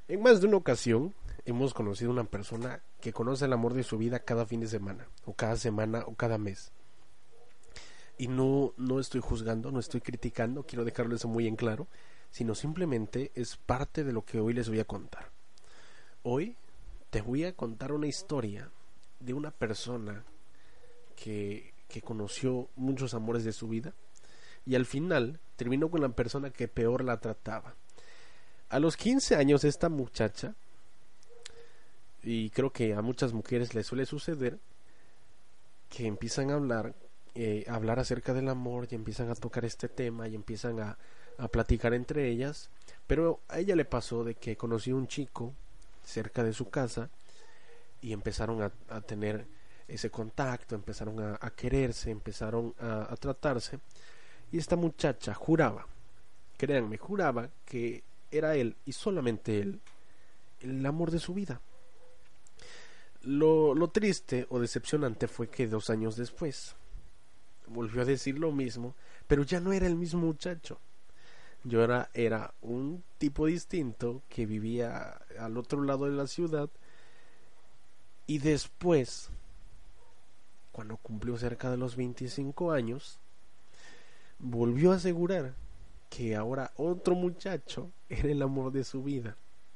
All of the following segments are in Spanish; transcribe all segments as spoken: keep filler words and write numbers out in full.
En más de una ocasión hemos conocido una persona que conoce el amor de su vida cada fin de semana, o cada semana, o cada mes. Y no, no estoy juzgando, no estoy criticando, quiero dejarlo eso muy en claro, sino simplemente es parte de lo que hoy les voy a contar. Hoy te voy a contar una historia de una persona que, que conoció muchos amores de su vida y al final terminó con la persona que peor la trataba. A los quince años esta muchacha, y creo que a muchas mujeres les suele suceder, que empiezan a hablar, eh, a hablar acerca del amor y empiezan a tocar este tema y empiezan a, a platicar entre ellas, pero a ella le pasó de que conoció un chico cerca de su casa y empezaron a, a tener ese contacto, empezaron a, a quererse, empezaron a, a tratarse, y esta muchacha juraba, créanme, juraba que era él y solamente él el amor de su vida. Lo, lo triste o decepcionante fue que dos años después volvió a decir lo mismo, pero ya no era el mismo muchacho. Yo era, era un tipo distinto que vivía al otro lado de la ciudad, y después, cuando cumplió cerca de los veinticinco años, volvió a asegurar que ahora otro muchacho era el amor de su vida.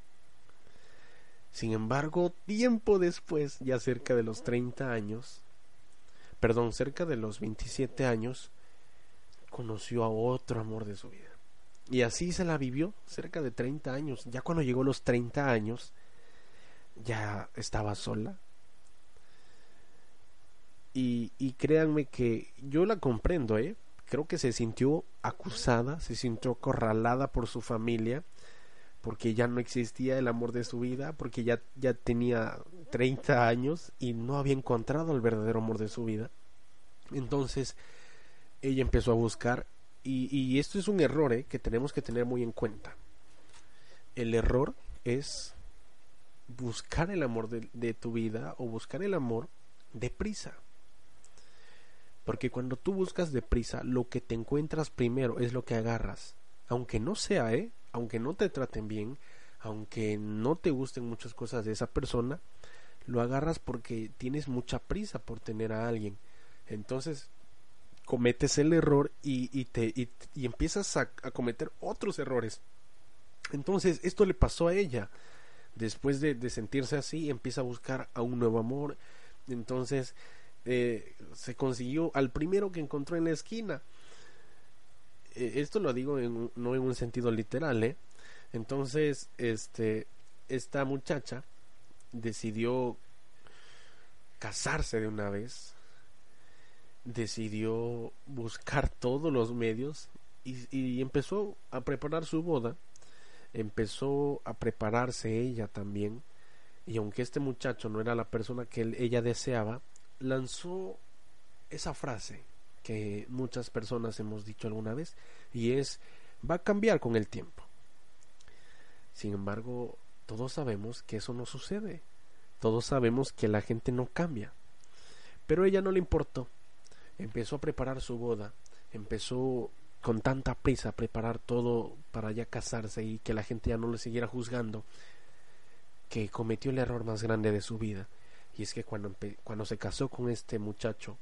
Sin embargo, tiempo después, ya cerca de los treinta años, perdón, cerca de los veintisiete años, conoció a otro amor de su vida. Y así se la vivió cerca de treinta años. Ya cuando llegó a los treinta años, ya estaba sola. Y, y créanme que yo la comprendo, ¿eh? Creo que se sintió acusada, se sintió acorralada por su familia, porque ya no existía el amor de su vida, porque ya, ya tenía treinta años y no había encontrado el verdadero amor de su vida. Entonces ella empezó a buscar, y, y esto es un error, ¿eh? Que tenemos que tener muy en cuenta. El error es buscar el amor de, de tu vida, o buscar el amor deprisa. Porque cuando tú buscas deprisa, lo que te encuentras primero es lo que agarras. Aunque no sea, ¿eh? Aunque no te traten bien, aunque no te gusten muchas cosas de esa persona, lo agarras porque tienes mucha prisa por tener a alguien. Entonces cometes el error y, y, te, y, y empiezas a, a cometer otros errores. Entonces esto le pasó a ella. Después de, de sentirse así, empieza a buscar a un nuevo amor. Entonces eh, se consiguió al primero que encontró en la esquina. Eh, esto lo digo en, no en un sentido literal, ¿eh? Entonces este esta muchacha decidió casarse de una vez, decidió buscar todos los medios y, y empezó a preparar su boda, empezó a prepararse ella también, y aunque este muchacho no era la persona que él, ella deseaba, lanzó esa frase que muchas personas hemos dicho alguna vez, y es: va a cambiar con el tiempo. Sin embargo, todos sabemos que eso no sucede. Todos sabemos que la gente no cambia. Pero a ella no le importó. Empezó a preparar su boda. Empezó con tanta prisa a preparar todo para ya casarse y que la gente ya no le siguiera juzgando, que cometió el error más grande de su vida. Y es que cuando, cuando se casó con este muchacho,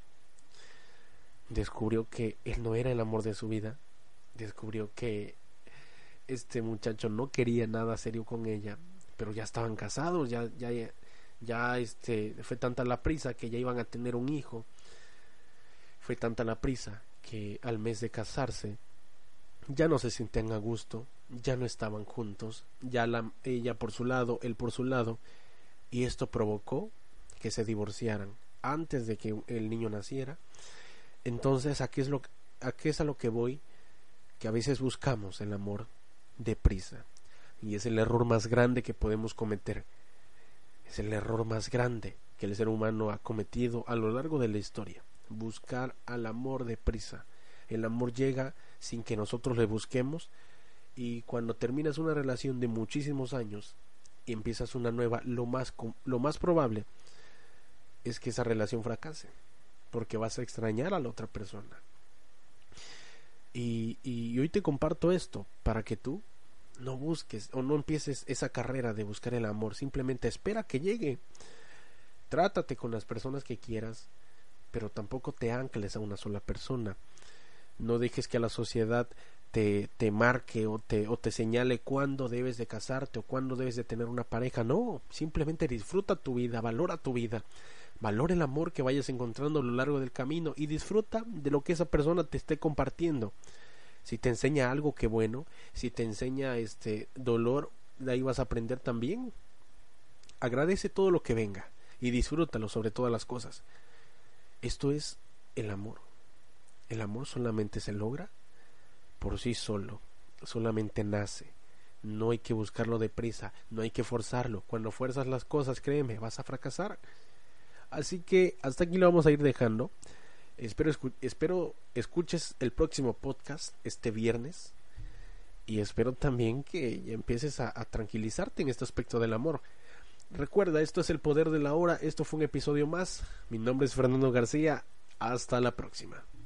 descubrió que él no era el amor de su vida. Descubrió que este muchacho no quería nada serio con ella, pero ya estaban casados, ya, ya, ya este, fue tanta la prisa que ya iban a tener un hijo. Fue tanta la prisa que al mes de casarse ya no se sentían a gusto, ya no estaban juntos, ya la, ella por su lado, él por su lado, y esto provocó que se divorciaran antes de que el niño naciera. Entonces, ¿a qué es, lo, a qué es a lo que voy? Que a veces buscamos el amor deprisa, y es el error más grande que podemos cometer. Es el error más grande que el ser humano ha cometido a lo largo de la historia. Buscar al amor deprisa. El amor llega sin que nosotros le busquemos, y cuando terminas una relación de muchísimos años y empiezas una nueva, lo más, lo más probable es que esa relación fracase, porque vas a extrañar a la otra persona. Y, y hoy te comparto esto para que tú no busques o no empieces esa carrera de buscar el amor, simplemente espera que llegue. Trátate con las personas que quieras, pero tampoco te ancles a una sola persona. No dejes que la sociedad te, te marque o te, o te señale cuándo debes de casarte o cuándo debes de tener una pareja. No, simplemente disfruta tu vida, valora tu vida, valora el amor que vayas encontrando a lo largo del camino y disfruta de lo que esa persona te esté compartiendo. Si te enseña algo, qué bueno. Si te enseña este dolor, de ahí vas a aprender también. Agradece todo lo que venga y disfrútalo sobre todas las cosas. Esto es el amor. El amor solamente se logra por sí solo, solamente nace. No hay que buscarlo deprisa, no hay que forzarlo. Cuando fuerzas las cosas, créeme, vas a fracasar. Así que hasta aquí lo vamos a ir dejando. Espero, escu- espero escuches el próximo podcast este viernes. Y espero también que ya empieces a, a tranquilizarte en este aspecto del amor. Recuerda, esto es El Poder de la Hora. Esto fue un episodio más. Mi nombre es Fernando García. Hasta la próxima.